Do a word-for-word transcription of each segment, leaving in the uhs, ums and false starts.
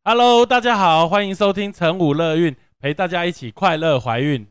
Hello， 大家好，欢迎收听成武乐运，陪大家一起快乐怀孕。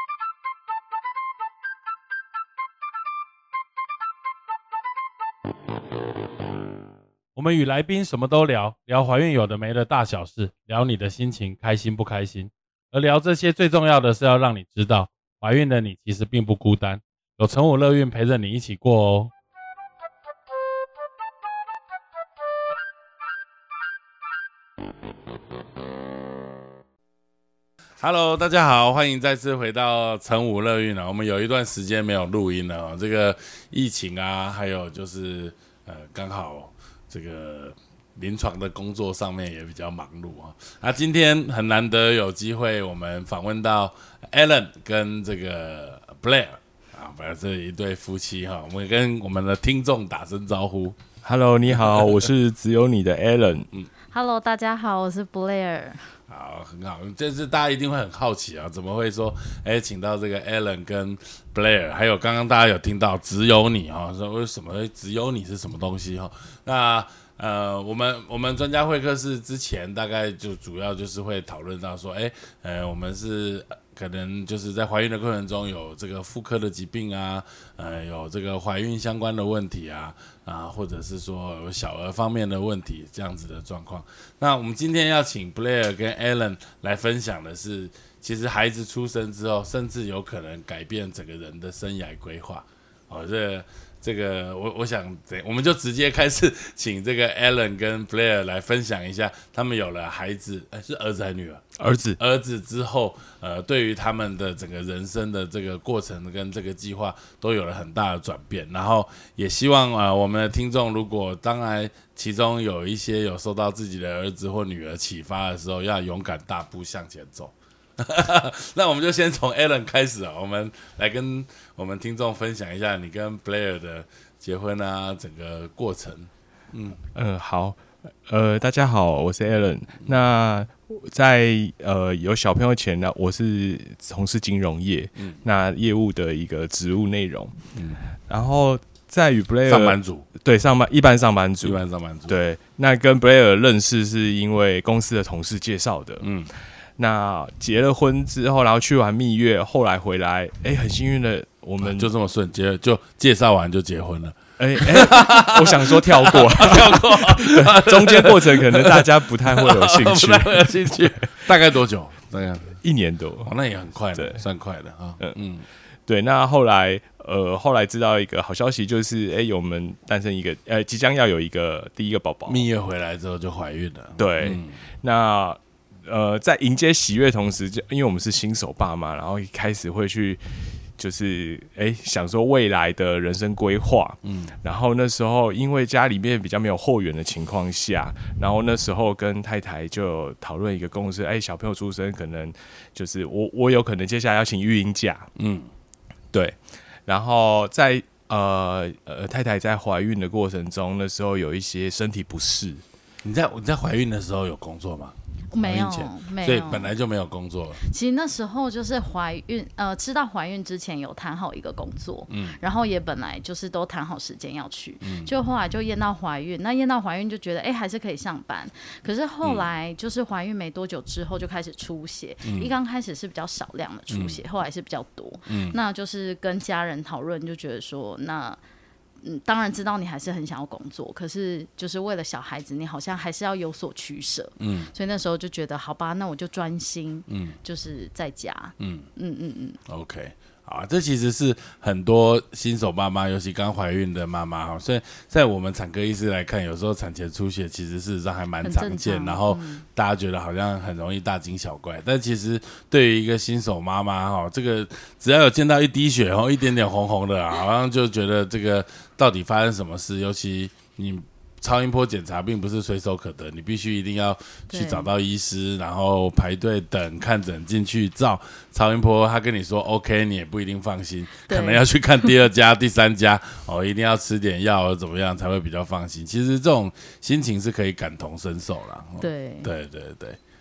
我们与来宾什么都聊，聊怀孕有的没的大小事，聊你的心情开心不开心。而聊这些最重要的是要让你知道，怀孕的你其实并不孤单，有成武乐运陪着你一起过哦。Hello， 大家好，欢迎再次回到成武乐运了。我们有一段时间没有录音了，这个疫情啊，还有就是呃，刚好这个临床的工作上面也比较忙碌啊。那今天很难得有机会，我们访问到 Alan 跟这个 Blair 啊，本来这一对夫妻哈，我们跟我们的听众打声招呼。 Hello， 你好，我是只有你的 Alan。 嗯 ，Hello， 大家好，我是 Blair。 好，很好，这次大家一定会很好奇啊，怎么会说，哎，请到这个 Alan 跟 Blair， 还有刚刚大家有听到只有你哈，说为什么只有你是什么东西哈？那呃，我们我们专家会客室之前大概就主要就是会讨论到说，哎，呃，我们是可能就是在怀孕的过程中有这个妇科的疾病啊，呃，有这个怀孕相关的问题啊。啊，或者是说有小儿方面的问题，这样子的状况。那我们今天要请 Blair 跟 Alan 来分享的是，其实孩子出生之后，甚至有可能改变整个人的生涯规划。哦，这个、这个，我我想，我们就直接开始请这个 Alan 跟 Blair 来分享一下，他们有了孩子，哎，是儿子还是女儿？ 儿子， 儿子之后，呃，对于他们的整个人生的这个过程跟这个计划都有了很大的转变，然后也希望呃我们的听众，如果当然其中有一些有受到自己的儿子或女儿启发的时候，要勇敢大步向前走。那我们就先从 Alan 开始啊，我们来跟我们听众分享一下你跟 Blair 的结婚啊，整个过程。嗯嗯，好，呃，大家好，我是 Alan。那在呃有小朋友前呢，我是从事金融业，嗯，那业务的一个职务内容，嗯，然后在与 Blair 上班族， 对，上班一般上班族， 一般上班族， 对，那跟 Blair 认识是因为公司的同事介绍的，嗯。那结了婚之后，然后去完蜜月，后来回来，哎，很幸运的，我们、 啊、就这么顺，结就介绍完就结婚了。 哎哎，我想说跳过， 跳过， 中间过程可能大家不太会有兴趣， 不太会有兴趣。大概多久？大概一年多， 哦，那也很快的，算快的啊。嗯嗯， 对。那后来，呃，后来知道一个好消息，就是哎，我们诞生一个，呃，即将要有一个第一个宝宝。 蜜月回来之后就怀孕了。 对，嗯、那。呃，在迎接喜悦同时，就因为我们是新手爸妈，然后一开始会去就是哎想说未来的人生规划，嗯，然后那时候因为家里面比较没有后援的情况下，然后那时候跟太太就讨论一个共识，哎，小朋友出生可能就是我我有可能接下来要请育婴假，嗯，对，然后在呃呃太太在怀孕的过程中，那时候有一些身体不适。 你在你在怀孕的时候有工作吗？ 没有，没有， 所以本来就没有工作了。 其实那时候就是怀孕，呃，知道怀孕之前有谈好一个工作，嗯，然后也本来就是都谈好时间要去，嗯，就后来就验到怀孕，那验到怀孕就觉得，哎，还是可以上班。可是后来就是怀孕没多久之后就开始出血，嗯、一刚开始是比较少量的出血，嗯、后来是比较多，嗯，那就是跟家人讨论，就觉得说那。嗯，当然知道你还是很想要工作，可是就是为了小孩子，你好像还是要有所取舍。嗯，所以那时候就觉得，好吧，那我就专心，嗯，就是在家。嗯嗯嗯嗯 ，OK。啊，这其实是很多新手妈妈，尤其刚怀孕的妈妈哈，所以在我们产科医师来看，有时候产前出血其实事实上还蛮常见，然后大家觉得好像很容易大惊小怪，但其实对于一个新手妈妈哈，这个只要有见到一滴血哦，一点点红红的，好像就觉得这个到底发生什么事，尤其你。超音波检查并不是随手可得，你必须一定要去找到医师，然后排队等看诊进去照超音波，他跟你说 OK， 你也不一定放心，可能要去看第二家、第三家哦，一定要吃点药或怎么样才会比较放心。其实这种心情是可以感同身受啦。 对对对对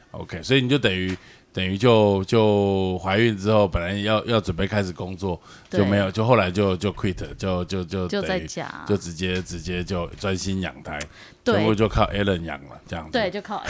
OK， 所以你就等于等于就就怀孕之后，本来要要准备开始工作，就没有，就后来就就 quit， 就就就就在家， 就直接直接就专心养胎，全部就靠 Alan 养了，这样子。 对，就靠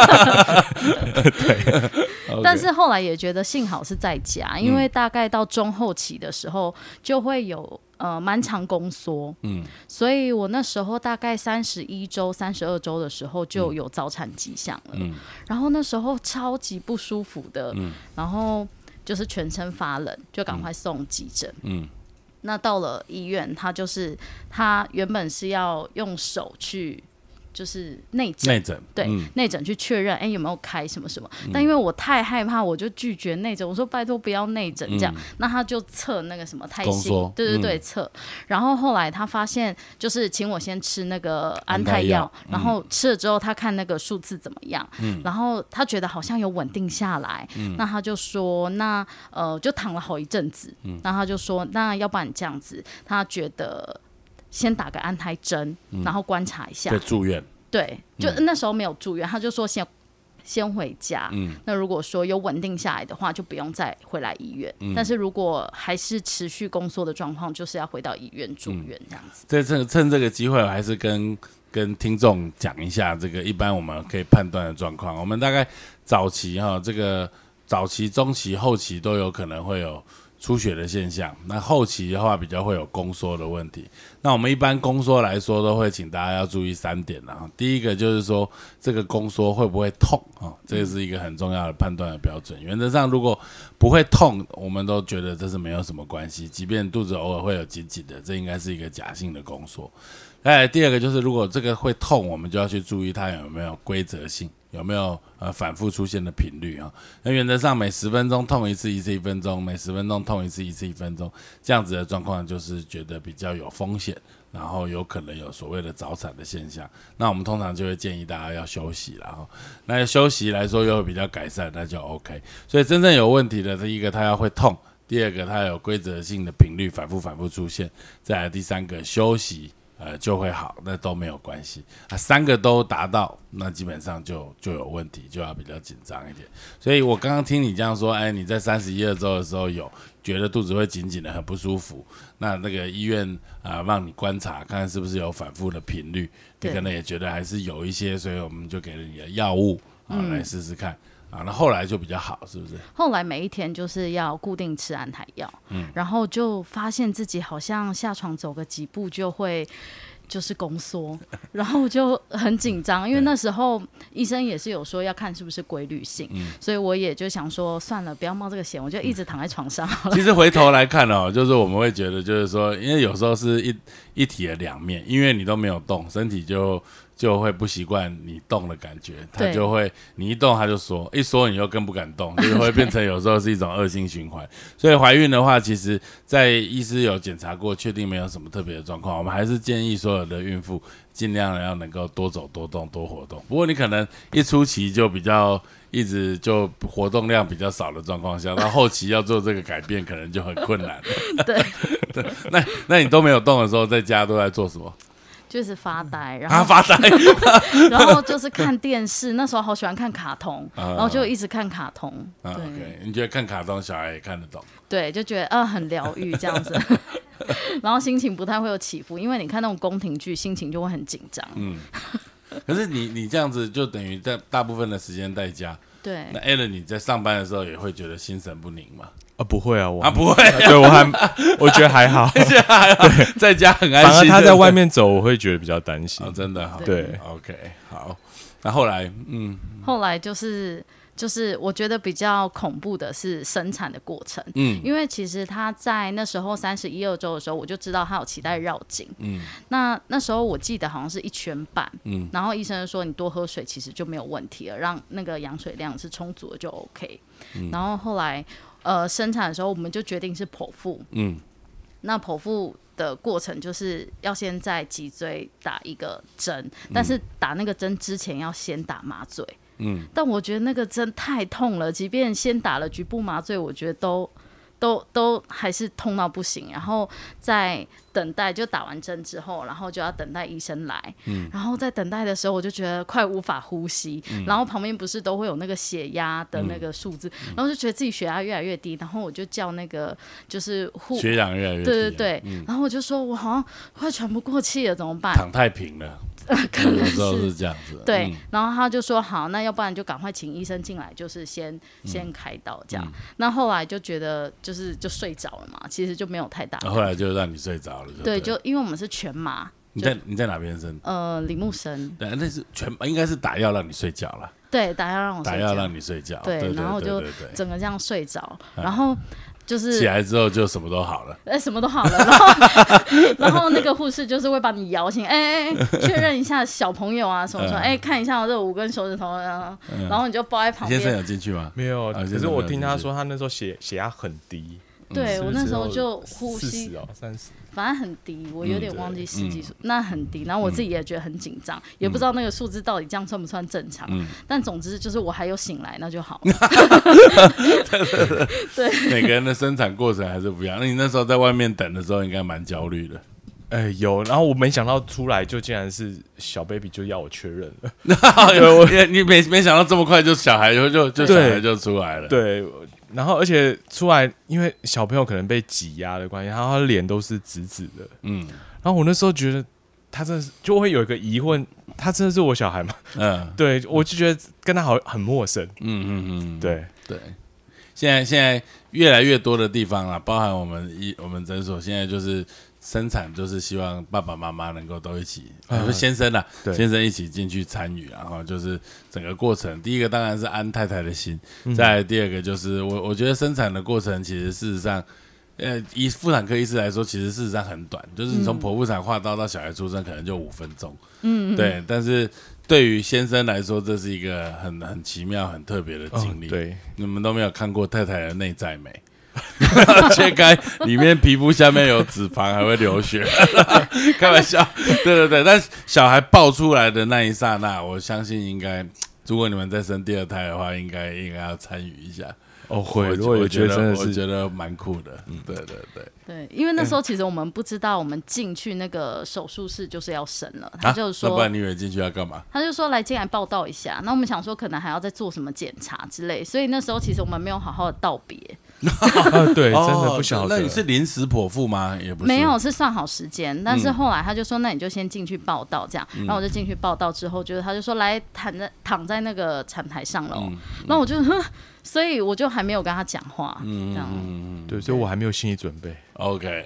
Alan。 对。 但是后来也觉得幸好是在家，因为大概到中后期的时候就会有呃蛮长宫缩，嗯，所以我那时候大概三十一周、三十二周的时候就有早产迹象了，嗯，然后那时候超级不舒服的，嗯，然后就是全身发冷，就赶快送急诊，嗯。那到了医院，他就是他原本是要用手去。就是内诊， 内诊对内诊、嗯、去确认，哎、欸、有没有开什么什么、嗯？但因为我太害怕，我就拒绝内诊。我说拜托不要内诊这样、嗯，那他就测那个什么胎心，对对对，测、嗯。然后后来他发现，就是请我先吃那个安胎药，嗯、然后吃了之后，他看那个数字怎么样、嗯，然后他觉得好像有稳定下来，嗯、那他就说，那呃就躺了好一阵子，嗯、那他就说，那要不然这样子，他觉得。先打个安胎针、嗯，然后观察一下。 对，住院。 对，就那时候没有住院，他就说先先回家、嗯。那如果说有稳定下来的话，就不用再回来医院。嗯、但是如果还是持续宫缩的状况，就是要回到医院住院这样子。 这、嗯、趁趁这个机会，我还是跟跟听众讲一下这个一般我们可以判断的状况。我们大概早期哈，这个早期、中期、后期都有可能会有。出血的现象，那后期的话比较会有宫缩的问题。那我们一般宫缩来说，都会请大家要注意三点啦。第一个就是说，这个宫缩会不会痛啊？这个是一个很重要的判断的标准。原则上，如果不会痛，我们都觉得这是没有什么关系。即便肚子偶尔会有紧紧的，这应该是一个假性的宫缩。再来第二个就是，如果这个会痛，我们就要去注意它有没有规则性。有没有呃反复出现的频率啊？那原则上每十分钟痛一次，一次一分钟；每十分钟痛一次，一次一分钟。这样子的状况就是觉得比较有风险，然后有可能有所谓的早产的现象。那我们通常就会建议大家要休息啦，然后那休息来说又会比较改善，那就 OK。所以真正有问题的，第一个它要会痛，第二个它有规则性的频率反复反复出现，再来第三个休息。呃，就会好，那都没有关系啊。三个都达到，那基本上就就有问题，就要比较紧张一点。所以我刚刚听你这样说，哎，你在三十一二周的时候有觉得肚子会紧紧的，很不舒服，那那个医院啊、呃，让你观察看看是不是有反复的频率，你可能也觉得还是有一些，所以我们就给了你的药物啊、嗯、来试试看。啊，那后来就比较好，是不是？ 后来每一天就是要固定吃安胎药，嗯，然后就发现自己好像下床走个几步就会就是宫缩，然后就很紧张，因为那时候医生也是有说要看是不是规律性，嗯，所以我也就想说算了，不要冒这个险，我就一直躺在床上。 其实回头来看哦，就是我们会觉得，就是说，因为有时候是一一体的两面，因为你都没有动，身体就。就会不习惯你动的感觉，他就会你一动他就缩，一缩你又更不敢动，就会变成有时候是一种恶性循环。所以怀孕的话，其实在医师有检查过，确定没有什么特别的状况，我们还是建议所有的孕妇尽量要能够多走多动多活动。不过你可能一初期就比较一直就活动量比较少的状况下，到后期要做这个改变可能就很困难了。 对对，那那你都没有动的时候，在家都在做什么？ 就是发呆，然后、 啊、发呆， 然后就是看电视。那时候好喜欢看卡通，啊、然后就一直看卡通。 啊、对、okay 你觉得看卡通小孩也看得懂？ 对，就觉得啊很疗愈这样子，然后心情不太会有起伏，因为你看那种宫廷剧，心情就会很紧张。嗯， 可是你你这样子就等于在大部分的时间在家。 对， 那 Alan 你在上班的时候也会觉得心神不宁吗？ 啊，不会啊，我啊不会、啊， 对我还我觉得还好， 还好对，在家很安心。 反而他在外面走，我会觉得比较担心。 哦、真的好， 对 ，OK， 好。那后来，嗯， 后来就是就是我觉得比较恐怖的是生产的过程，嗯，因为其实他在那时候三十一二周的时候，我就知道他有脐带绕颈，嗯，那那时候我记得好像是一圈半，嗯，然后医生说你多喝水其实就没有问题了，让那个羊水量是充足的就 OK，嗯，然后后来。呃，生产的时候我们就决定是剖腹，嗯，那剖腹的过程就是要先在脊椎打一个针，嗯，但是打那个针之前要先打麻醉，嗯，但我觉得那个针太痛了，即便先打了局部麻醉，我觉得都都都还是痛到不行，然后在等待，就打完针之后，然后就要等待医生来，嗯、然后在等待的时候，我就觉得快无法呼吸，嗯、然后旁边不是都会有那个血压的那个数字，嗯、然后就觉得自己血压越来越低，然后我就叫那个就是护血氧越来越低， 对对对，嗯、然后我就说我好像快喘不过气了，怎么办？ 躺太平了。 可能有时候是这样子， 对、 嗯， 然后他就说好，那要不然就赶快请医生进来，就是先、嗯、先开刀这样。嗯、那后来就觉得就是就睡着了嘛，其实就没有太大。 后来就让你睡着了就对， 对，就因为我们是全麻。 你在你在哪边生？ 呃，李木生。 对，那是全应该是打药让你睡觉了。 对，打药让我睡觉。 打药让你睡觉。 对， 对对对对对， 然后就整个这样睡着，然后。就是起来之后就什么都好了， 哎、欸，什么都好了，然后然后那个护士就是会把你摇醒，哎哎哎，确认一下小朋友啊什么什么，哎、嗯欸，看一下我这五根手指头，然后、嗯、然后你就抱在旁边。 先生有进去吗？ 没有，啊、可是我听他说他那时候血血压很低， 对、 嗯、 我那时候就呼吸四十哦，三十。 反正很低，我有点忘记十几数、嗯，那很低。然后我自己也觉得很紧张、嗯，也不知道那个数字到底这样算不算正常。嗯、但总之就是我还有醒来，那就好了。对， 每个人的生产过程还是不一样。那你那时候在外面等的时候，应该蛮焦虑的。 哎、欸，有，然后我没想到出来就竟然是小 baby， 就要我确认了。 我你没没想到这么快就小孩就就就小孩就出来了。 对。然后，而且出来，因为小朋友可能被挤压的关系，然后他脸都是紫紫的。嗯，然后我那时候觉得，他真的是就会有一个疑问，他真的是我小孩吗？嗯，对，我就觉得跟他好很陌生。嗯嗯嗯，对对。现在现在越来越多的地方啊，包含我们医我们诊所，现在就是生产，就是希望爸爸妈妈能够都一起，嗯、呃，先生啊，先生一起进去参与，然后就是整个过程。第一个当然是安太太的心，嗯、再来第二个就是我我觉得生产的过程其实事实上，呃，以妇产科医师来说，其实事实上很短，就是你从剖腹产划刀到小孩出生可能就五分钟，嗯，对，但是。对于先生来说，这是一个很很奇妙、很特别的经历。哦、 对， 你们都没有看过太太的内在美，切开里面皮肤下面有脂肪，还会流血。开玩笑，对对对。但小孩爆出来的那一刹那，我相信应该，如果你们再生第二胎的话，应该应该要参与一下。 哦，会，我也觉得真的是， 我觉得蛮酷的。嗯，对对对。 对，因为那时候其实我们不知道，我们进去那个手术室就是要生了。他就说， 那不然你以为进去要干嘛？ 他就说来进来报道一下。那我们想说，可能还要再做什么检查之类，所以那时候其实我们没有好好的道别。 啊，对，真的不晓得。 那你是临时剖腹吗？也不是， 没有，是算好时间。但是后来他就说，那你就先进去报道，这样。嗯、然后我就进去报道之后，就是他就说来躺在躺在那个产台上了。嗯，然后我就，所以我就还没有跟他讲话。嗯，这样。 嗯，对，所以我还没有心理准备。 OK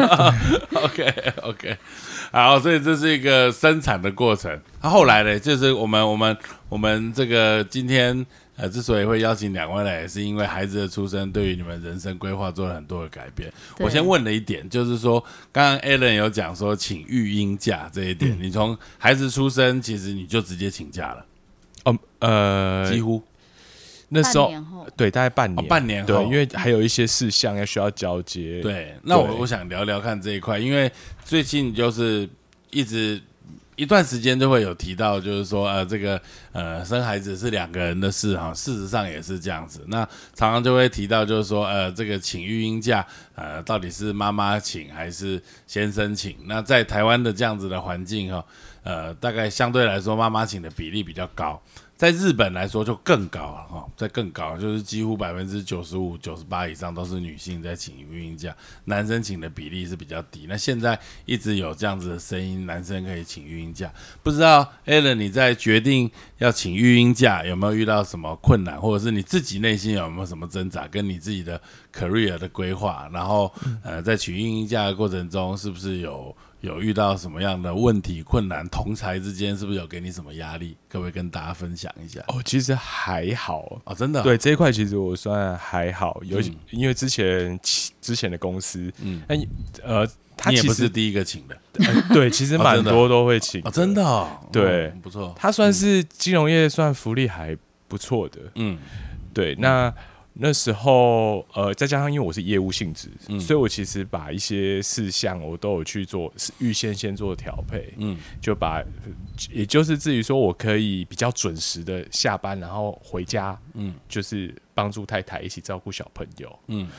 OK OK， 好，所以这是一个生产的过程。啊、后来呢，就是我们我们我们这个今天呃，之所以会邀请两位来，也是因为孩子的出生对于你们人生规划做了很多的改变。我先问了一点，就是说，刚刚 Alan 有讲说请育婴假这一点，嗯、你从孩子出生，其实你就直接请假了。 哦，呃， 几乎。 那时候对，大概半年， 哦、半年后， 对，因为还有一些事项要需要交接。 对，那我我想聊聊看这一块，因为最近就是一直一段时间就会有提到，就是说呃，这个呃生孩子是两个人的事哈，事实上也是这样子。那常常就会提到，就是说呃，这个请育婴假呃，到底是妈妈请还是先生请？那在台湾的这样子的环境哈，呃，大概相对来说妈妈请的比例比较高。在日本来说就更高了哈，在更高就是几乎百分之九十五、九十八以上都是女性在请育婴假，男生请的比例是比较低。那现在一直有这样子的声音，男生可以请育婴假，不知道 Alan 你在决定要请育婴假有没有遇到什么困难，或者是你自己内心有没有什么挣扎，跟你自己的 career 的规划，然后呃在请育婴假的过程中是不是有有遇到什么样的问题困难？同侪之间是不是有给你什么压力？可不可以跟大家分享一下？ 哦，其实还好哦，真的、哦。 对这一块，其实我算还好，尤其、嗯、因为之前之前的公司，嗯，那呃，他其实你也不是第一个请的， 呃、对，其实蛮多都会请哦，真的、哦， 对、 嗯，不错。 他算是金融业算福利还不错的，嗯，对，那。那时候，呃，再加上因为我是业务性质、嗯，所以我其实把一些事项我都有去做，预先先做调配，嗯，就把，也就是至于说我可以比较准时的下班，然后回家，嗯，就是帮助太太一起照顾小朋友，嗯，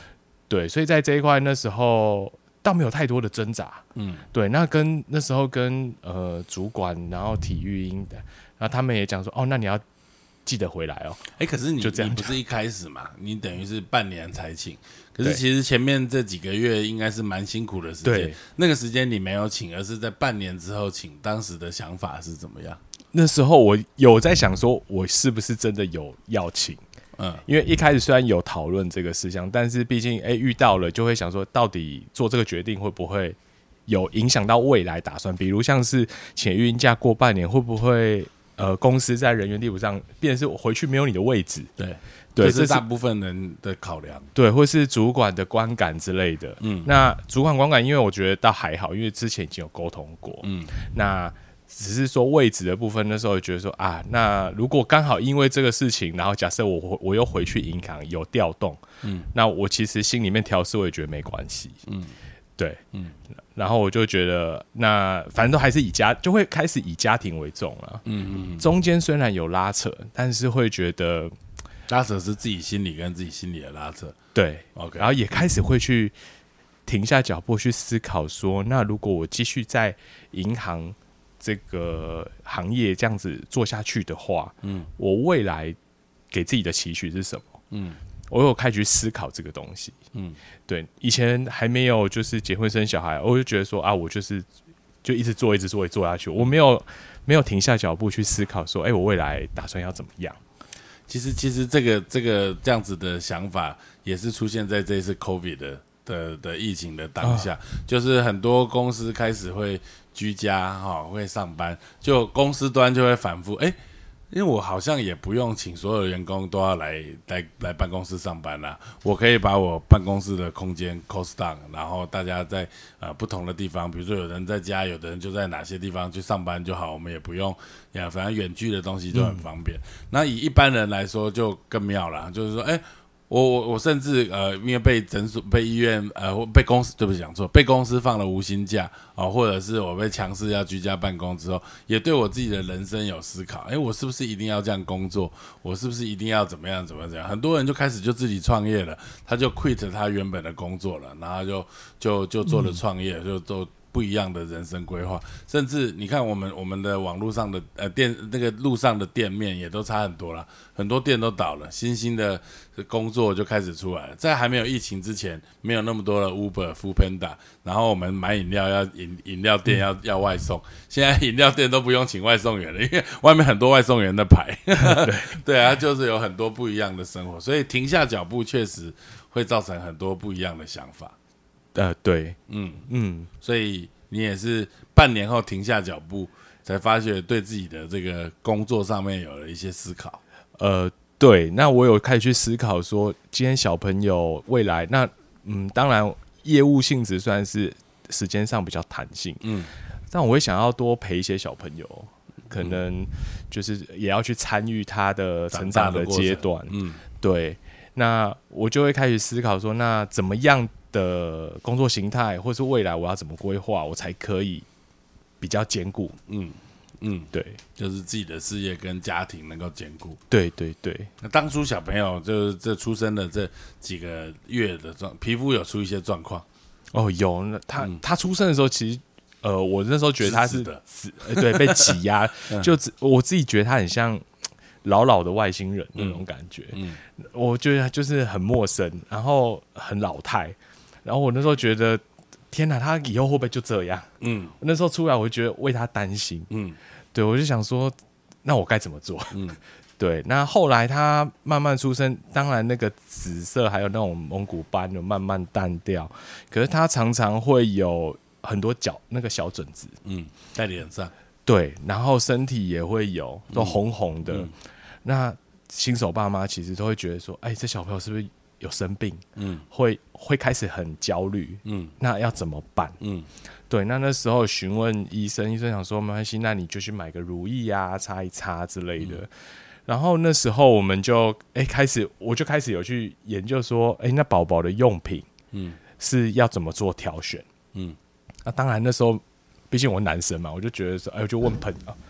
对，所以在这一块那时候倒没有太多的挣扎，嗯，对，那跟那时候跟呃主管，然后体育营的，然后他们也讲说，哦，那你要记得回来哦。 哎、欸，可是你就这样你不是一开始嘛，你等于是半年才请，可是其实前面这几个月应该是蛮辛苦的时间，那个时间你没有请，而是在半年之后请，当时的想法是怎么样？ 那时候我有在想说，我是不是真的有要请？嗯，因为一开始虽然有讨论这个事项，但是毕竟哎、欸、遇到了，就会想说，到底做这个决定会不会有影响到未来打算？比如像是请育婴假过半年，会不会呃公司在人员地补上变成是回去没有你的位置？ 对对， 这是大部分人的考量。 对，或是主管的观感之类的。嗯，那主管观感，因为我觉得倒还好，因为之前已经有沟通过。嗯，那。只是说位置的部分，那时候觉得说啊，那如果刚好因为这个事情，然后假设我我又回去银行有调动，嗯，那我其实心里面调试，我也觉得没关系，嗯，对，嗯，然后我就觉得那反正都还是以家，就会开始以家庭为重了，嗯嗯，中间虽然有拉扯，但是会觉得拉扯是自己心里跟自己心里的拉扯， 对 ，OK， 然后也开始会去停下脚步去思考说，那如果我继续在银行这个行业这样子做下去的话，嗯，我未来给自己的期许是什么？嗯，我有开始去思考这个东西。嗯，对，以前还没有就是结婚生小孩，我就觉得说啊，我就是就一直做，一直做，一直做下去，我没有没有停下脚步去思考说，哎、欸，我未来打算要怎么样？ 其实，其实这个这个这样子的想法也是出现在这一次 COVID 的的的疫情的当下，啊、就是很多公司开始会居家哈、哦，会上班，就公司端就会反复，哎，因为我好像也不用请所有员工都要来来来办公室上班啦，我可以把我办公室的空间 cost down， 然后大家在呃不同的地方，比如说有人在家，有的人就在哪些地方去上班就好，我们也不用呀，反正远距的东西就很方便。嗯、那以一般人来说就更妙了，就是说，哎。我我我甚至呃，因为被诊所、被医院呃，或被公司，对不起讲错，被公司放了无薪假啊、哦，或者是我被强势要居家办公之后，也对我自己的人生有思考。哎，我是不是一定要这样工作？我是不是一定要怎么样怎么样怎么样？很多人就开始就自己创业了，他就 quit 他原本的工作了，然后就就就做了创业，嗯、就做。不一样的人生规划，甚至你看我们我们的网络上的呃店那个路上的店面也都差很多了，很多店都倒了，新兴的工作就开始出来了。在还没有疫情之前，没有那么多的 Uber、Foodpanda， 然后我们买饮料要饮饮料店要、嗯、要外送，现在饮料店都不用请外送员了，因为外面很多外送员在排。对对啊，就是有很多不一样的生活，所以停下脚步确实会造成很多不一样的想法。 呃，对， 嗯嗯，所以你也是半年后停下脚步，才发觉对自己的这个工作上面有了一些思考。 呃，对，那我有开始去思考说，今天小朋友未来，那嗯，当然业务性质算是时间上比较弹性，嗯，但我会想要多陪一些小朋友，可能就是也要去参与他的成长的阶段，嗯，对，那我就会开始思考说，那怎么样的工作形态，或是未来我要怎么规划，我才可以比较兼顾？嗯嗯，对， 就是自己的事业跟家庭能够兼顾。 对对对。 那当初小朋友就是这出生的这几个月的状，皮肤有出一些状况。 哦，有，那他、嗯、他出生的时候，其实呃，我那时候觉得他是死呃，对，被挤压，嗯、就我自己觉得他很像老老的外星人那种感觉。嗯，嗯我觉得就是很陌生，然后很老态。然后我那时候觉得，天哪，他以后会不会就这样？嗯，那时候出来，我就觉得为他担心。嗯，对，我就想说，那我该怎么做？嗯，对。那后来他慢慢出生，当然那个紫色还有那种蒙古斑有慢慢淡掉，可是他常常会有很多角那个小疹子， 嗯，在脸上。 对，然后身体也会有都红红的。嗯嗯、那新手爸妈其实都会觉得说，哎，这小朋友是不是有生病？嗯，会会开始很焦虑。嗯，那要怎么办？嗯，对，那那时候询问医生，医生想说没关系，那你就去买个乳液啊，擦一擦之类的。嗯、然后那时候我们就哎开始，我就开始有去研究说，哎，那宝宝的用品，嗯，是要怎么做挑选？嗯，那、啊、当然那时候。毕竟我男生嘛，我就觉得说，哎，我就问朋，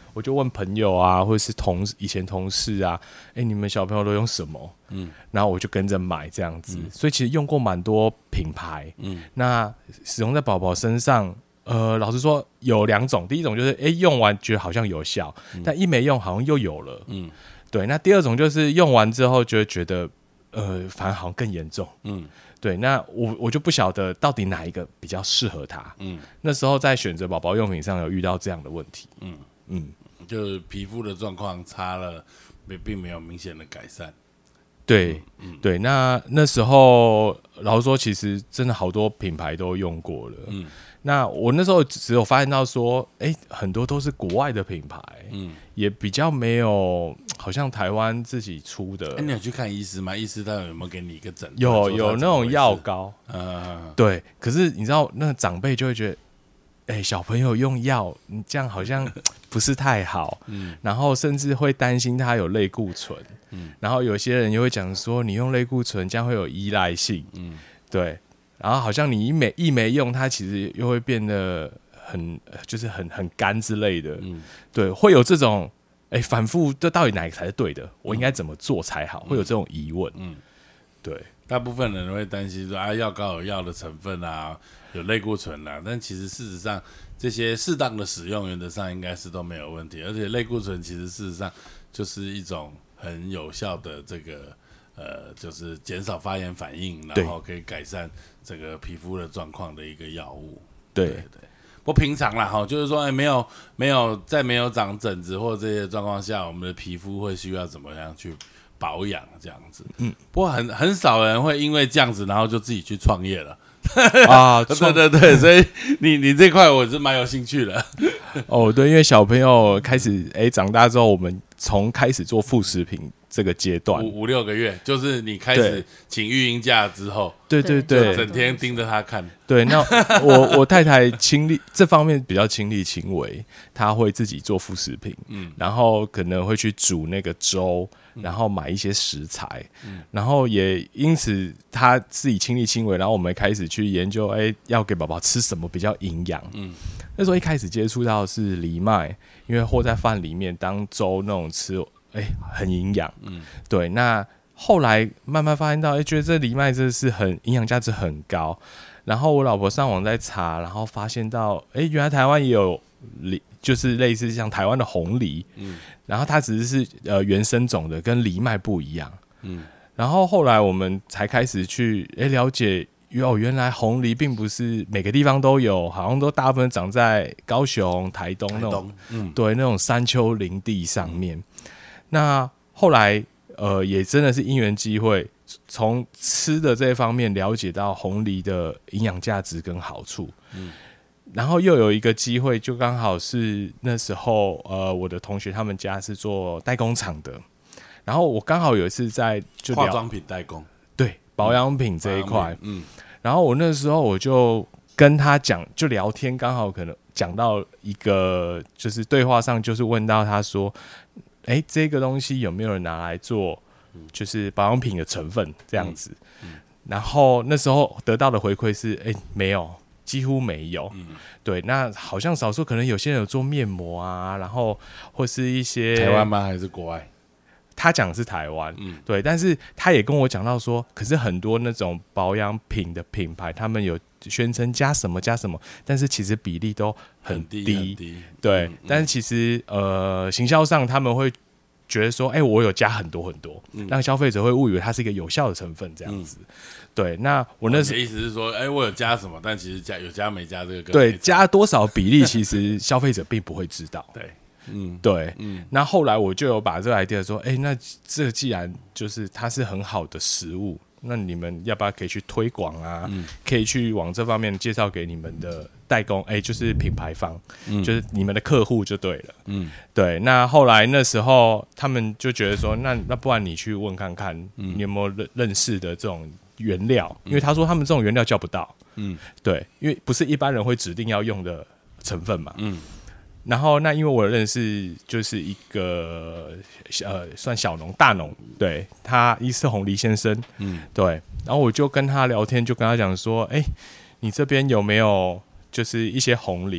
我就问朋友啊，或者是同以前同事啊，哎、欸，你们小朋友都用什么？嗯，然后我就跟着买这样子，嗯、所以其实用过蛮多品牌。嗯，那使用在宝宝身上，呃，老实说有两种，第一种就是哎、欸、用完觉得好像有效，嗯、但一没用好像又有了。嗯，对。那第二种就是用完之后就会觉得，呃，反而好像更严重。嗯。对，那我我就不晓得到底哪一个比较适合他。嗯，那时候在选择宝宝用品上有遇到这样的问题。嗯嗯，就是皮肤的状况差了，并没有明显的改善。 对，嗯，对，那那时候老实说，其实真的好多品牌都用过了。嗯，那我那时候只有发现到说，哎、欸，很多都是国外的品牌，嗯，也比较没有，好像台湾自己出的。 哎、欸，你有去看医师吗？医师他有没有给你一个诊断？ 有有那种药膏，嗯，对。可是你知道，那个长辈就会觉得，哎、欸，小朋友用药，你这样好像不是太好，嗯，然后甚至会担心他有类固醇。嗯，然后有些人又会讲说，你用类固醇这样会有依赖性，嗯，对，然后好像你一没一没用，它其实又会变得很就是很很干之类的，嗯，对，会有这种哎反复，这到底哪个才是对的？我应该怎么做才好？嗯、会有这种疑问，嗯，对， 大部分人会担心说啊，药膏有药的成分啊，有类固醇啊，但其实事实上这些适当的使用，原则上应该是都没有问题，而且类固醇其实事实上就是一种很有效的这个呃，就是减少发炎反应，然后可以改善这个皮肤的状况的一个药物。 对对, 对，不平常啦哈，就是说，哎、欸，没有没有在没有长疹子或这些状况下，我们的皮肤会需要怎么样去保养这样子。嗯，不过很很少人会因为这样子，然后就自己去创业了。啊，对对对，所以你你这块我是蛮有兴趣的。 哦，对，因为小朋友开始哎、欸、长大之后，我们从开始做副食品这个阶段， 五五六个月，就是你开始请育婴假之后， 对对对， 整天盯着他看。 对，那我我太太亲力这方面比较亲力亲为，她会自己做副食品，嗯，然后可能会去煮那个粥。然后买一些食材，嗯、然后也因此他自己亲力亲为，然后我们开始去研究，哎，要给宝宝吃什么比较营养。嗯，那时候一开始接触到的是藜麦，因为和在饭里面当粥那种吃，哎，很营养。嗯，对。那后来慢慢发现到，哎，觉得这藜麦真的是很营养价值很高。然后我老婆上网在查，然后发现到，哎，原来台湾也有藜。就是类似像台湾的红藜，嗯，然后它只是是呃原生种的，跟藜麦不一样，嗯，然后后来我们才开始去哎、欸、了解，哦，原来红藜并不是每个地方都有，好像都大部分长在高雄、台东那种，嗯，对，那种山丘林地上面。嗯、那后来呃也真的是因缘际会，从吃的这一方面了解到红藜的营养价值跟好处，嗯。然后又有一个机会，就刚好是那时候，呃，我的同学他们家是做代工厂的，然后我刚好有一次在就化妆品代工， 对保养品这一块，嗯，然后我那时候我就跟他讲，就聊天，刚好可能讲到一个，就是对话上就是问到他说，哎，这个东西有没有人拿来做，就是保养品的成分这样子，嗯嗯、然后那时候得到的回馈是，哎，没有。几乎没有，嗯、对，那好像少数可能有些人有做面膜啊，然后或是一些台湾吗？还是国外？ 他讲的是台湾，嗯，对，但是他也跟我讲到说，可是很多那种保养品的品牌，他们有宣称加什么加什么，但是其实比例都很低， 很低很低对， 嗯、 但是其实呃，行销上他们会觉得说，哎、欸，我有加很多很多，嗯、让消费者会误以为它是一个有效的成分这样子。嗯对，那我那时、 哦、意思是说，哎、欸，我有加什么，但其实加有加没加这个， 对，加多少比例，其实消费者并不会知道。 对，嗯， 对，嗯。那后来我就有把这个 idea 说，哎、欸，那这个既然就是它是很好的食物，那你们要不要可以去推广啊？嗯、可以去往这方面介绍给你们的代工，哎、欸，就是品牌方，嗯、就是你们的客户就对了。嗯，对。那后来那时候他们就觉得说，那那不然你去问看看，嗯、你有没有认认识的这种。原料，因为他说他们这种原料叫不到，嗯，对，因为不是一般人会指定要用的成分嘛，嗯，然后那因为我认识就是一个呃算小农大农，对，他一是红梨先生，嗯，对，然后我就跟他聊天，就跟他讲说，哎、欸，你这边有没有就是一些红梨？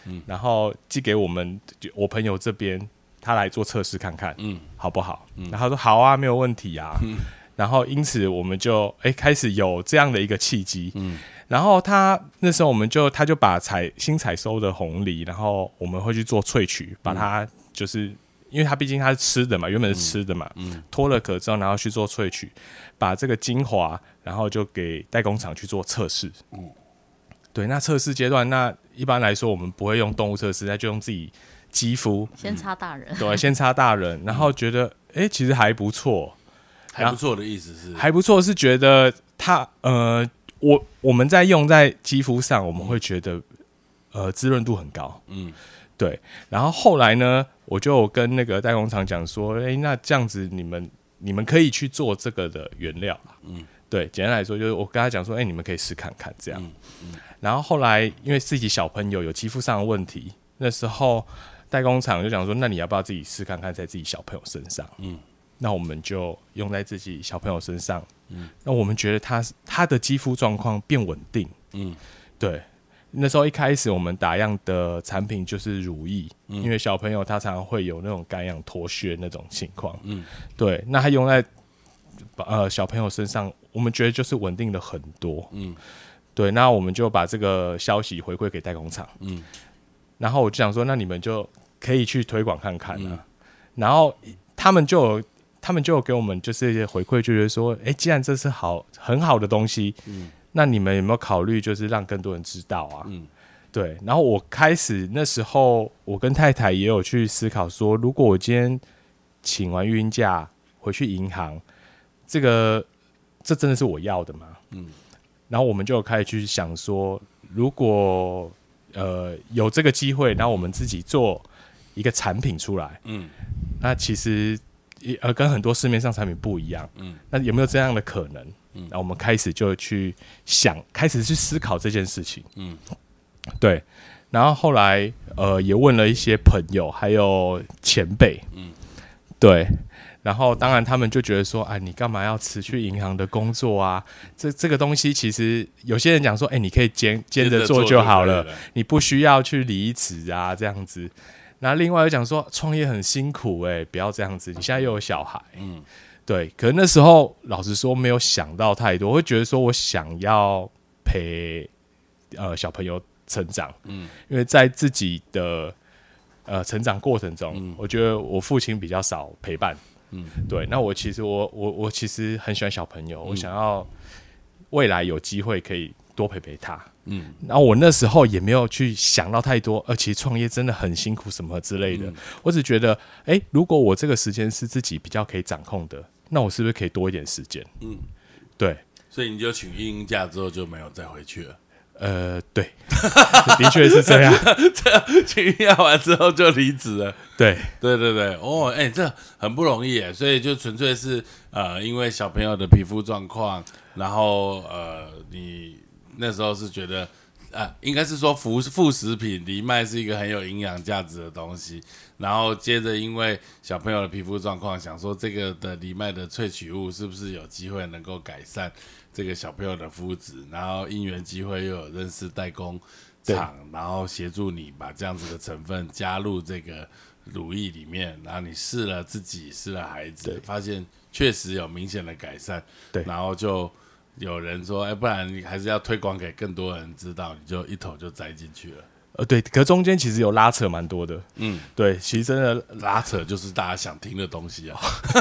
嗯，然后寄给我们我朋友这边，他来做测试看看，嗯，好不好？嗯，然后他说好啊，没有问题啊。嗯，然后因此我们就哎、欸、开始有这样的一个契机，嗯，然后他那时候我们就他就把采新采收的红梨，然后我们会去做萃取，把它就是。因为它毕竟它是吃的嘛，原本是吃的嘛，嗯嗯、脱了壳之后，然后去做萃取，把这个精华，然后就给代工厂去做测试。嗯，对，那测试阶段，那一般来说我们不会用动物测试，那就用自己肌肤先擦大人， 对，先擦大人，然后觉得哎、欸，其实还不错， 还不错的意思是还不错，是觉得它呃，我我们在用在肌肤上，我们会觉得呃滋润度很高，嗯。对，然后后来呢，我就跟那个代工厂讲说，哎，那这样子你们你们可以去做这个的原料啦。嗯，对，简单来说就是我跟他讲说，哎，你们可以试看看这样。嗯嗯、然后后来因为自己小朋友有肌肤上的问题，那时候代工厂就讲说，那你要不要自己试看看在自己小朋友身上？嗯，那我们就用在自己小朋友身上。嗯，那我们觉得他他的肌肤状况变稳定。嗯，对。那时候一开始我们打样的产品就是乳液，嗯、因为小朋友他常常会有那种干痒脱屑那种情况，嗯，对，那他用在呃小朋友身上，我们觉得就是稳定了很多，嗯，对，那我们就把这个消息回馈给代工厂，嗯，然后我就想说，那你们就可以去推广看看啊，嗯、然后他们就有他们就有给我们就是一些回馈，就是说，哎、欸，既然这是好很好的东西，嗯。那你们有没有考虑，就是让更多人知道啊？嗯，对。然后我开始那时候，我跟太太也有去思考说，如果我今天请完育婴假回去银行，这个这真的是我要的吗？嗯。然后我们就开始去想说，如果呃有这个机会，然后我们自己做一个产品出来，嗯，那其实呃跟很多市面上产品不一样，嗯，那有没有这样的可能？嗯，然后我们开始就去想，开始去思考这件事情。嗯，对。然后后来呃，也问了一些朋友，还有前辈。嗯，对。然后当然他们就觉得说，哎，你干嘛要辞去银行的工作啊？这这个东西其实有些人讲说，哎，你可以兼兼着做就好了，你不需要去离职啊，这样子。然后另外又讲说，创业很辛苦、欸，哎，不要这样子。你现在又有小孩，嗯。对，可是那时候老实说没有想到太多，我会觉得说我想要陪呃小朋友成长，嗯，因为在自己的呃成长过程中，嗯、我觉得我父亲比较少陪伴，嗯，对，那我其实我我我其实很喜欢小朋友，嗯、我想要未来有机会可以多陪陪他，嗯，然后我那时候也没有去想到太多，而且创业真的很辛苦什么之类的，嗯、我只觉得，哎，如果我这个时间是自己比较可以掌控的。那我是不是可以多一点时间？嗯，对， 所以你就请育婴假之后就没有再回去了。 呃，对，的确是这样。 这请育婴假完之后就离职了。 对， 对对对，哦，哎、欸，这很不容易耶。所以就纯粹是呃，因为小朋友的皮肤状况，然后呃，你那时候是觉得。啊，应该是说副副食品藜麦是一个很有营养价值的东西，然后接着因为小朋友的皮肤状况，想说这个的藜麦的萃取物是不是有机会能够改善这个小朋友的肤质，然后因缘机会又有认识代工厂，然后协助你把这样子的成分加入这个乳液里面，然后你试了自己试了孩子，发现确实有明显的改善，对，然后就。有人说，哎、欸，不然你还是要推广给更多人知道，你就一头就栽进去了。 呃，对，可中间其实有拉扯蛮多的。嗯，对，其实真的拉扯就是大家想听的东西啊。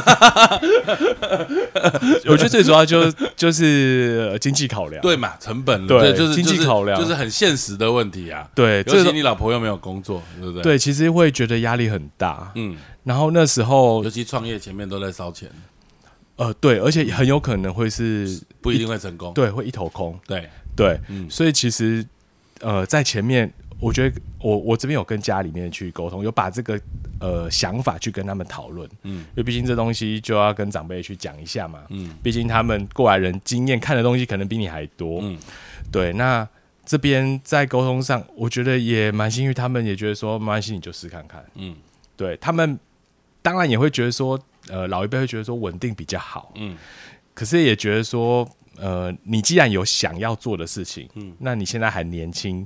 我觉得最主要就就是经济考量， 对嘛，成本对， 就是经济考量， 就是很现实的问题啊。 对， 尤其你老婆又没有工作，对不对？ 对，其实会觉得压力很大。嗯，然后那时候， 尤其创业前面都在烧钱。 呃，对，而且很有可能会是不一定会成功， 对，会一头空， 对对，嗯，所以其实呃，在前面，我觉得我我这边有跟家里面去沟通，有把这个呃想法去跟他们讨论，嗯，因为毕竟这东西就要跟长辈去讲一下嘛，嗯，毕竟他们过来人经验看的东西可能比你还多，嗯，对，那这边在沟通上，我觉得也蛮幸运，他们也觉得说没关系，你就试看看，嗯，对他们当然也会觉得说。呃，老一辈会觉得说稳定比较好，嗯，可是也觉得说，呃，你既然有想要做的事情，嗯，那你现在还年轻，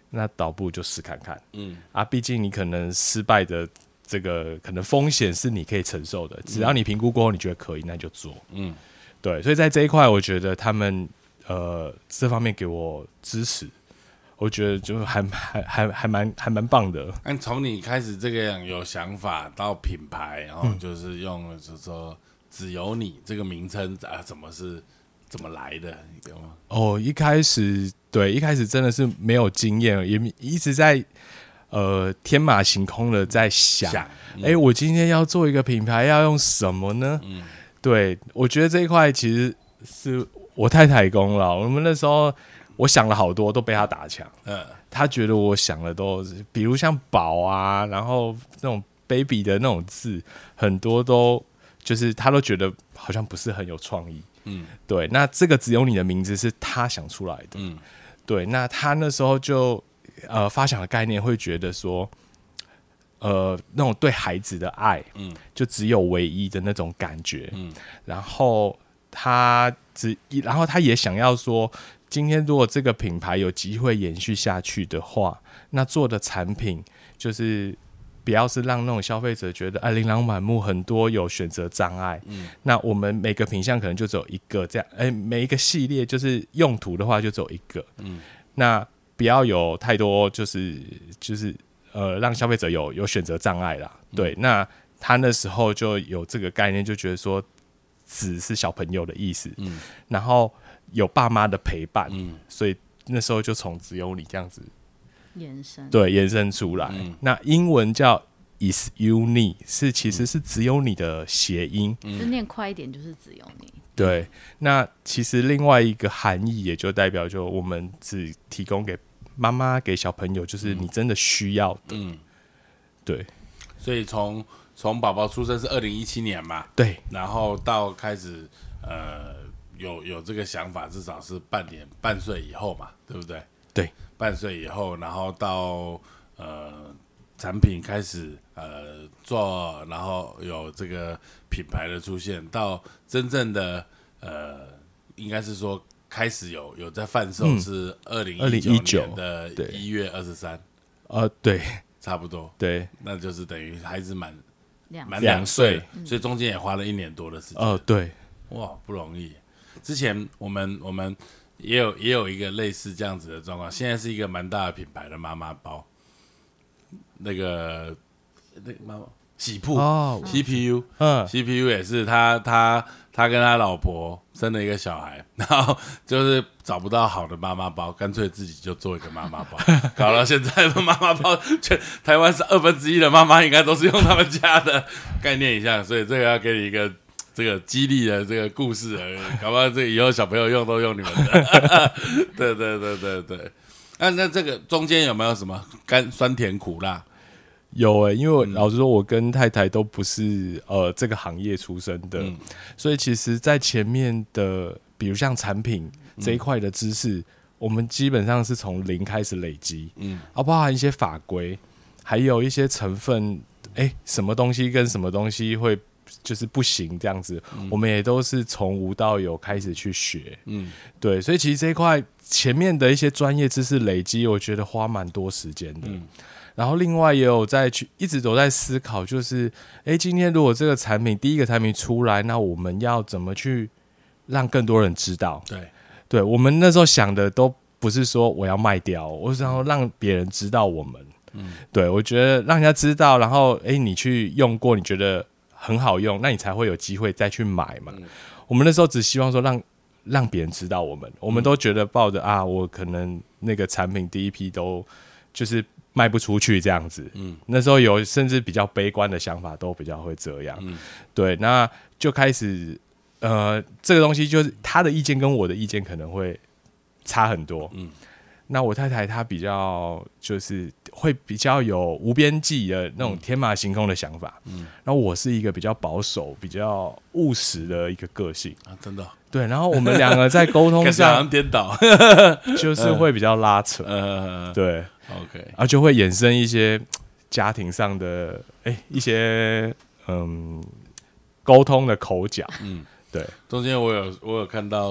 那倒不如就试看看。嗯啊，毕竟你可能失败的这个可能风险是你可以承受的，只要你评估过后你觉得可以，那就做。嗯，对，所以在这一块，我觉得他们呃这方面给我支持。我觉得就还还还还蛮还蛮棒的。 那从你开始这个样有想法到品牌，然后就是用就是说只有你这个名称啊，怎么是怎么来的？有吗？ 哦，一开始对，一开始真的是没有经验，也一直在呃天马行空的在想，哎、嗯欸，我今天要做一个品牌，要用什么呢？嗯，对，我觉得这一块其实是我太太功劳。我们那时候。我想了好多，都被他打枪。嗯，他觉得我想的都，比如像宝啊，然后那种 baby 的那种字，很多都就是他都觉得好像不是很有创意。嗯，对。那这个只有你的名字是他想出来的。嗯，对。那他那时候就呃发想的概念会觉得说，呃，那种对孩子的爱，嗯，就只有唯一的那种感觉。嗯，然后他只，然后他也想要说。今天如果这个品牌有机会延续下去的话，那做的产品就是不要是让那种消费者觉得啊琳琅满目，很多有选择障碍。嗯，那我们每个品项可能就只有一个这样，哎，每一个系列就是用途的话就只有一个。嗯，那不要有太多就是就是呃让消费者有有选择障碍啦。对，嗯、那他那时候就有这个概念，就觉得说子是小朋友的意思。嗯，然后。有爸妈的陪伴、嗯，所以那时候就从只有你这样子延伸， 对，延伸出来。嗯、那英文叫 is you need， 是其实是只有你的谐音， 嗯、就念快一点就是只有你。 对，那其实另外一个含义也就代表，就我们只提供给妈妈、给小朋友，就是你真的需要的。嗯，对。 所以从从宝宝出生是二零一七年嘛， 对， 然后到开始呃。有有这个想法，至少是半年半岁以后嘛，对不对？ 对， 半岁以后，然后到呃产品开始呃做，然后有这个品牌的出现，到真正的呃，应该是说开始有有在贩售，嗯、是二零一九年的一月二十三， 呃，对， 差不多， 对， 那就是等于孩子满满两岁， 所以中间也花了一年多的时间。 哦、呃，对， 哇，不容易。之前我们我们也有也有一个类似这样子的状况，现在是一个蛮大的品牌的妈妈包，那个那个妈妈喜铺哦 C P U， 嗯 C P U 也是他他他跟他老婆生了一个小孩，然后就是找不到好的妈妈包，干脆自己就做一个妈妈包，搞到现在的妈妈包，全台湾是二分之一的妈妈应该都是用他们家的概念一下，所以这个要给你一个。这个激励的这个故事而已，搞不好这以后小朋友用都用你们的，对对对对对。那那这个中间有没有什么甘酸甜苦辣？ 有诶、欸，因为我、嗯、老实说，我跟太太都不是呃这个行业出身的，嗯、所以其实，在前面的，比如像产品这一块的知识，嗯、我们基本上是从零开始累积，嗯，啊，包含一些法规，还有一些成分，哎、欸，什么东西跟什么东西会。就是不行这样子、嗯，我们也都是从无到有开始去学，嗯，对，所以其实这一块前面的一些专业知识累积，我觉得花蛮多时间的、嗯。然后另外也有在去一直都在思考，就是，哎、欸，今天如果这个产品第一个产品出来，那我们要怎么去让更多人知道？ 对， 对我们那时候想的都不是说我要卖掉，我想要让别人知道我们，嗯，对我觉得让人家知道，然后哎、欸，你去用过，你觉得。很好用，那你才会有机会再去买嘛。嗯、我们那时候只希望说让让别人知道我们，我们都觉得抱着啊，我可能那个产品第一批都就是卖不出去这样子。嗯，那时候有甚至比较悲观的想法，都比较会这样。嗯，对，那就开始呃，这个东西就是他的意见跟我的意见可能会差很多。嗯。那我太太她比较就是会比较有无边际的那种天马行空的想法，嗯，然后我是一个比较保守、比较务实的一个个性啊，真的、哦、 对。然后我们两个在沟通上颠倒， 就是会比较拉扯， 嗯， 对 ，OK， 然后就会衍生一些家庭上的哎、欸、一些嗯沟通的口角，嗯，对。 中间我有我有看到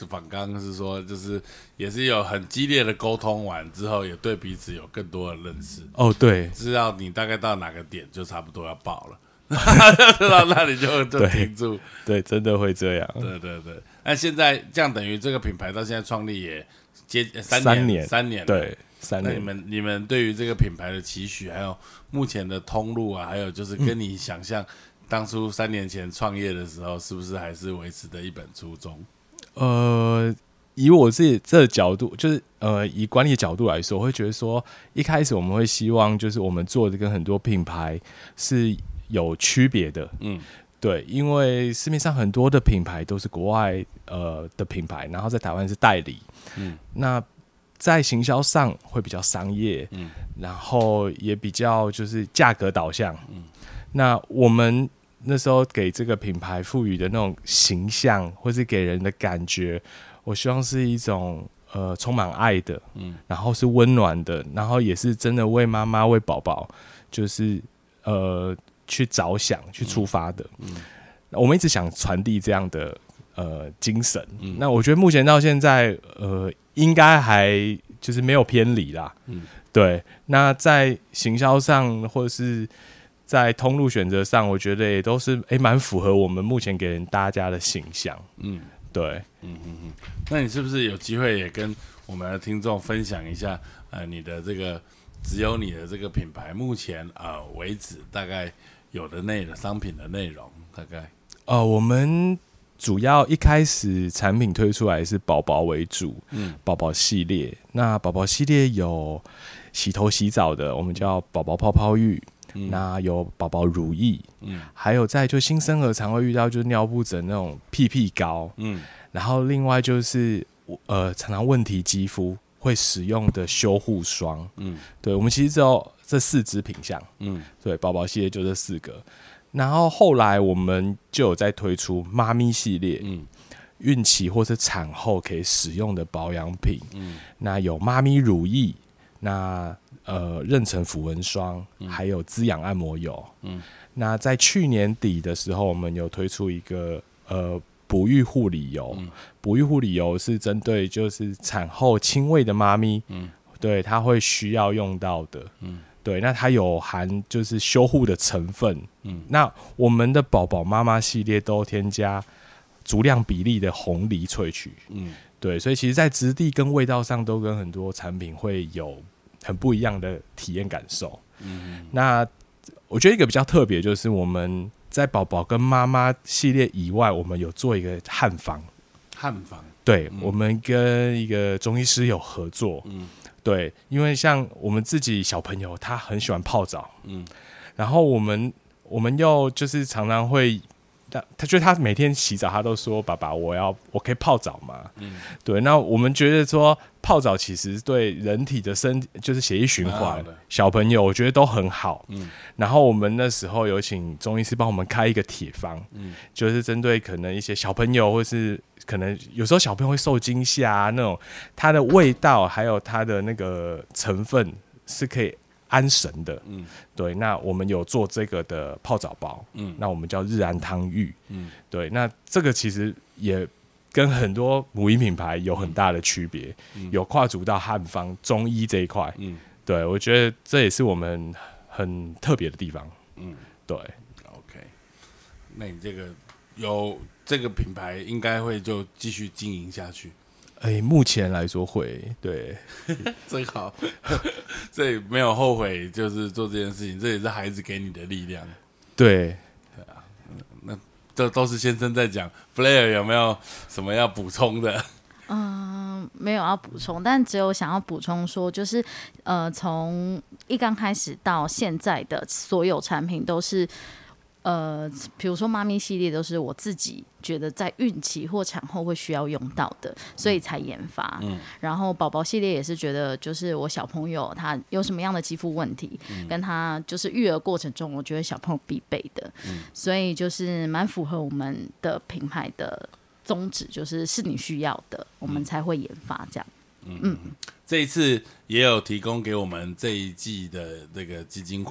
访纲是说，就是也是有很激烈的沟通完之后，也对彼此有更多的认识。 哦，对， 知道你大概到哪个点就差不多要爆了。到那里就就停住， 对，真的会这样。 对对对，那现在这样等于这个品牌到现在创立也接三年， 三年， 三年， 对，三年。 那你们你们对于这个品牌的期许，还有目前的通路啊，还有就是跟你想象当初三年前创业的时候，是不是还是维持的一本初衷？ 呃，以我自己这个角度，就是呃，以管理的角度来说，我会觉得说，一开始我们会希望，就是我们做的跟很多品牌是有区别的，嗯，对，因为市面上很多的品牌都是国外呃的品牌，然后在台湾是代理，嗯，那在行销上会比较商业，嗯，然后也比较就是价格导向，嗯，那我们那时候给这个品牌赋予的那种形象，或是给人的感觉，我希望是一种呃充满爱的，嗯，然后是温暖的，然后也是真的为妈妈为宝宝，就是呃。去着想、去出发的，嗯，我们一直想传递这样的呃精神。嗯，那我觉得目前到现在，呃，应该还就是没有偏离啦。嗯，对。那在行销上或者是在通路选择上，我觉得也都是哎蛮符合我们目前给人大家的形象。嗯，对。 嗯嗯嗯。那你是不是有机会也跟我们的听众分享一下，呃，你的这个只有你的这个品牌目前啊、呃、为止大概有的内容商品的内容大概？ 呃，我们主要一开始产品推出来是宝宝为主，嗯，宝宝系列。那宝宝系列有洗头洗澡的，我们叫宝宝泡泡浴。嗯、那有宝宝乳液，嗯，还有在就新生儿常会遇到就是尿布疹那种屁屁膏，嗯，然后另外就是呃常常问题肌肤会使用的修护霜，嗯，对，我们其实只有这四支品项，嗯，对，宝宝系列就这四个。然后后来我们就有在推出妈咪系列，嗯，孕期或是产后可以使用的保养品，嗯，那有妈咪乳液，那呃妊娠抚纹霜，嗯，还有滋养按摩油，嗯，那在去年底的时候，我们有推出一个呃哺育护理油，嗯，哺育护理油是针对就是产后亲喂的妈咪，嗯，对，它会需要用到的，嗯。对，那它有含就是修护的成分，嗯，那我们的宝宝妈妈系列都添加足量比例的红梨萃取，嗯，对，所以其实在质地跟味道上都跟很多产品会有很不一样的体验感受，嗯，那我觉得一个比较特别就是我们在宝宝跟妈妈系列以外，我们有做一个汉方， 汉方， 对，嗯，我们跟一个中医师有合作，嗯。对，因为像我们自己小朋友，他很喜欢泡澡，嗯，然后我们我们又就是常常会，他觉得他每天洗澡，他都说爸爸，我要我可以泡澡吗？嗯，对，那我们觉得说泡澡其实对人体的身就是血液循环，小朋友我觉得都很好，嗯，然后我们那时候有请中医师帮我们开一个铁方，嗯，就是针对可能一些小朋友或是。可能有时候小朋友会受惊吓啊，那种它的味道还有它的那个成分是可以安神的。嗯，对。那我们有做这个的泡澡包，嗯，那我们叫日安汤浴，嗯，对。那这个其实也跟很多母婴品牌有很大的区别，嗯，有跨足到汉方中医这一块，嗯，对，我觉得这也是我们很特别的地方，嗯，对。 OK， 那你这个有。这个品牌应该会就继续经营下去。 哎、欸，目前来说会，对， 真好，这也没有后悔，就是做这件事情，这也是孩子给你的力量。 对， 对啊，那这都是先生在讲。Blair 有没有什么要补充的？ 嗯，没有要补充，但只有想要补充说，就是呃，从一刚开始到现在的所有产品都是。呃，比如说妈咪系列都是我自己觉得在孕期或产后会需要用到的，所以才研发。嗯，然后宝宝系列也是觉得，就是我小朋友他有什么样的肌肤问题，嗯，跟他就是育儿过程中，我觉得小朋友必备的，嗯，所以就是蛮符合我们的品牌的宗旨，就是是你需要的，我们才会研发这样。嗯嗯， 这一次也有提供给我们这一季的这个基金会。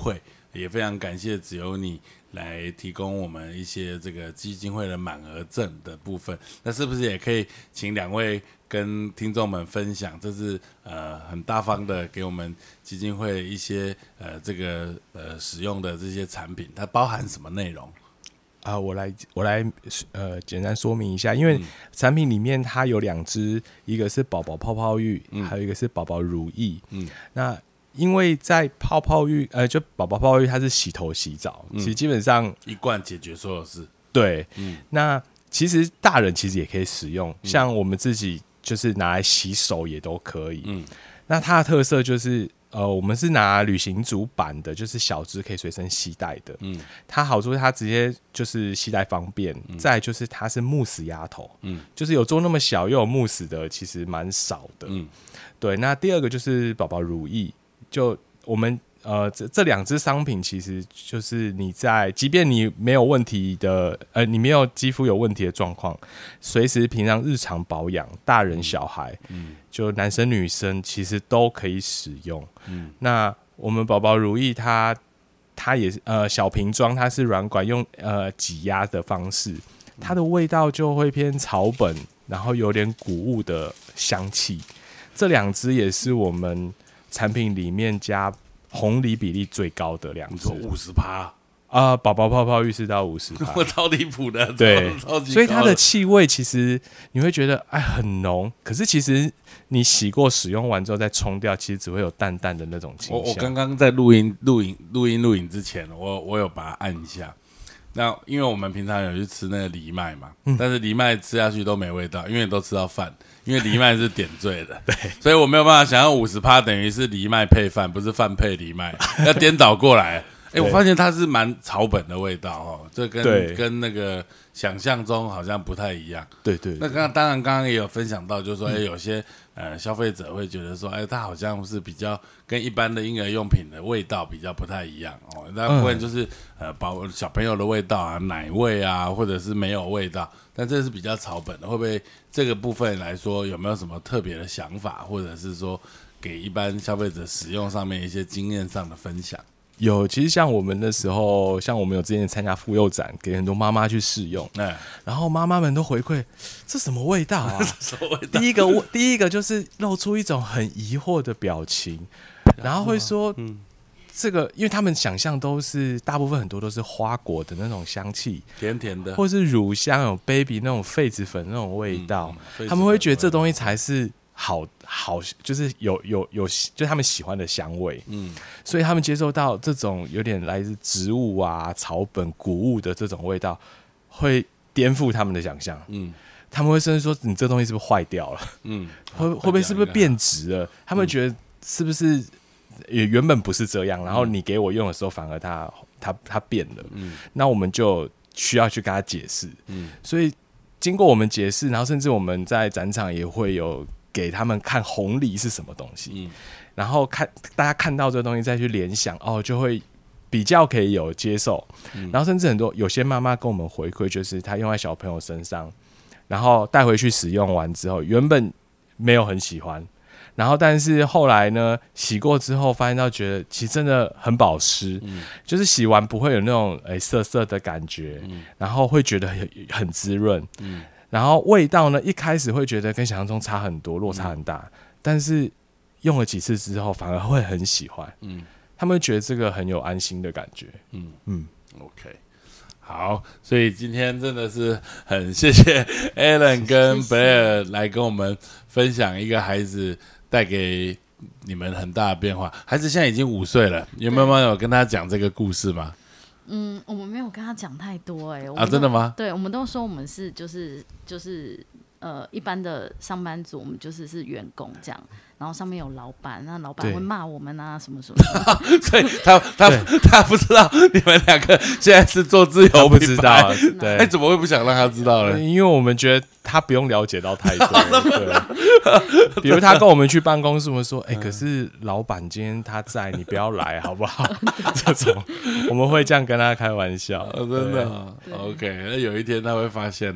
也非常感谢只有你来提供我们一些这个基金会的满额赠的部分。那是不是也可以请两位跟听众们分享，这是呃很大方的给我们基金会一些呃这个呃使用的这些产品，它包含什么内容？ 啊、呃，我来我来呃简单说明一下，因为产品里面它有两支，一个是宝宝泡泡浴，嗯、还有一个是宝宝如意。嗯，那因为在泡泡浴，呃，就宝宝泡泡浴它是洗头洗澡，嗯、其实基本上一罐解决所有事。 对，嗯，那其实大人其实也可以使用，嗯、像我们自己就是拿来洗手也都可以。嗯，那它的特色就是。呃，我们是拿旅行组版的，就是小支可以随身携带的。嗯，它好处是它直接就是携带方便，嗯、再来就是它是慕斯压头，嗯，就是有做那么小又有慕斯的，其实蛮少的。嗯，对。那第二个就是宝宝如意，就我们呃这这两支商品，其实就是你在即便你没有问题的，呃，你没有肌肤有问题的状况，随时平常日常保养，大人小孩，嗯。就男生女生其实都可以使用。嗯，那我们宝宝如意它它也是呃小瓶装，它是软管，用呃挤压的方式，它的味道就会偏草本，然后有点谷物的香气。这两支也是我们产品里面加红梨比例最高的两支， 五十趴。 啊，宝宝泡泡浴是到五十趴， 我超离谱的， 对， 超级， 所以它的气味其实你会觉得哎很浓，可是其实你洗过使用完之后再冲掉，其实只会有淡淡的那种清香。 我我刚刚在录音录音录音录影之前，我我有把它按一下。那因为我们平常有去吃那个藜麦嘛，嗯、但是藜麦吃下去都没味道，因为都吃到饭，因为藜麦是点缀的， 对， 所以我没有办法想象五十趴等于是藜麦配饭，不是饭配藜麦，要颠倒过来。哎、欸，我发现它是蛮草本的味道哦，这跟跟那个想象中好像不太一样。 对 对, 对。 那刚刚当然刚刚也有分享到，就是说，哎、欸，有些呃消费者会觉得说，哎、欸，它好像是比较跟一般的婴儿用品的味道比较不太一样哦。那部分就是呃，宝小朋友的味道啊，奶味啊，或者是没有味道，但这是比较草本的。会不会这个部分来说，有没有什么特别的想法，或者是说给一般消费者使用上面一些经验上的分享？ 有，其实像我们那时候，像我们有之前参加妇幼展，给很多妈妈去试用，欸、然后妈妈们都回馈，这什么味道啊？ 什么味道？ 第一个，第一个就是露出一种很疑惑的表情，然后会说，嗯，这个，因为他们想象都是大部分很多都是花果的那种香气， 甜甜的， 或是乳香有 baby 那种痱子粉那种味道，嗯、他们会觉得这东西才是。好好就是有有有，就是他们喜欢的香味，嗯，所以他们接受到这种有点来自植物啊、草本、谷物的这种味道，会颠覆他们的想象，嗯，他们会甚至说：“你这东西是不是坏掉了？嗯，会会不会是不是变质了？”他们觉得是不是也原本不是这样，然后你给我用的时候，反而它它它变了，嗯，那我们就需要去跟他解释，嗯，所以经过我们解释，然后甚至我们在展场也会有。给他们看红梨是什么东西，嗯、然后看大家看到这个东西再去联想，哦，就会比较可以有接受。嗯、然后甚至很多有些妈妈跟我们回馈，就是她用在小朋友身上，然后带回去使用完之后，原本没有很喜欢，然后但是后来呢，洗过之后发现到觉得其实真的很保湿，嗯、就是洗完不会有那种诶涩涩的感觉，嗯、然后会觉得很很滋润。嗯然后味道呢，一开始会觉得跟想象中差很多，落差很大，嗯、但是用了几次之后，反而会很喜欢。嗯，他们会觉得这个很有安心的感觉。嗯嗯 ，OK， 好，所以今天真的是很谢谢 Alan 跟 Blair 来跟我们分享一个孩子带给你们很大的变化。孩子现在已经五岁了，有没有有跟他讲这个故事吗？ 嗯，我们没有跟他讲太多哎、欸， 啊，真的吗？ 对，我们都说我们是就是就是呃一般的上班族，我们就是是员工这样，然后上面有老板，那老板会骂我们啊什么什么的， 所以他他他不知道你们两个现在是做自由， 不知道，对， 哎，怎么会不想让他知道呢？ 因为我们觉得他不用了解到太多，对，比如他跟我们去办公室，我们说，哎、欸，可是老板今天他在，你不要来好不好？这种我们会这样跟他开玩笑， 哦、真的、哦、，OK。那有一天他会发现，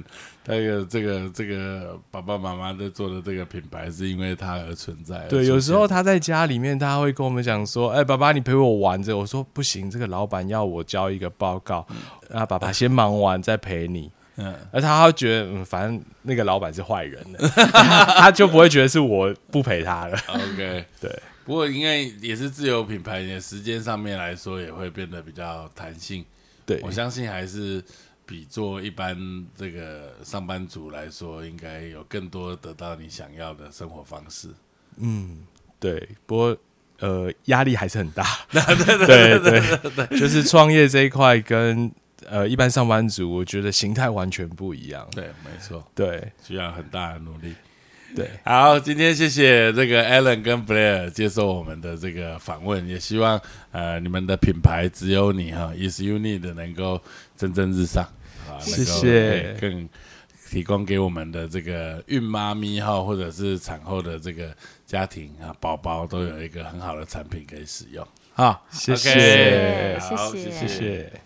那个这个这个爸爸妈妈在做的这个品牌是因为他而存在。 对，有时候他在家里面，他会跟我们讲说：“哎、欸，爸爸，你陪我玩着。”我说：“不行，这个老板要我交一个报告，嗯、啊，爸爸先忙完再陪你。”嗯，而他会觉得，嗯，反正那个老板是坏人的，他就不会觉得是我不陪他了。 OK， 对。 不过因为也是自有品牌，你的时间上面来说也会变得比较弹性。 对， 我相信还是比做一般这个上班族来说，应该有更多得到你想要的生活方式。 嗯，对。不过呃，压力还是很大。 对对对对 对, 对，就是创业这一块跟。呃，一般上班族，我觉得形态完全不一样。 对，没错， 对， 需要很大的努力。 对， 好，今天谢谢这个 Alan 跟 Blair 接受我们的这个访问，也希望呃你们的品牌只有你哈 ，Is You Need 能够蒸蒸日上啊， 谢谢， 更提供给我们的这个孕妈咪哈，或者是产后的这个家庭啊，宝宝都有一个很好的产品可以使用。好， 谢谢， okay, 好，谢谢。 谢谢。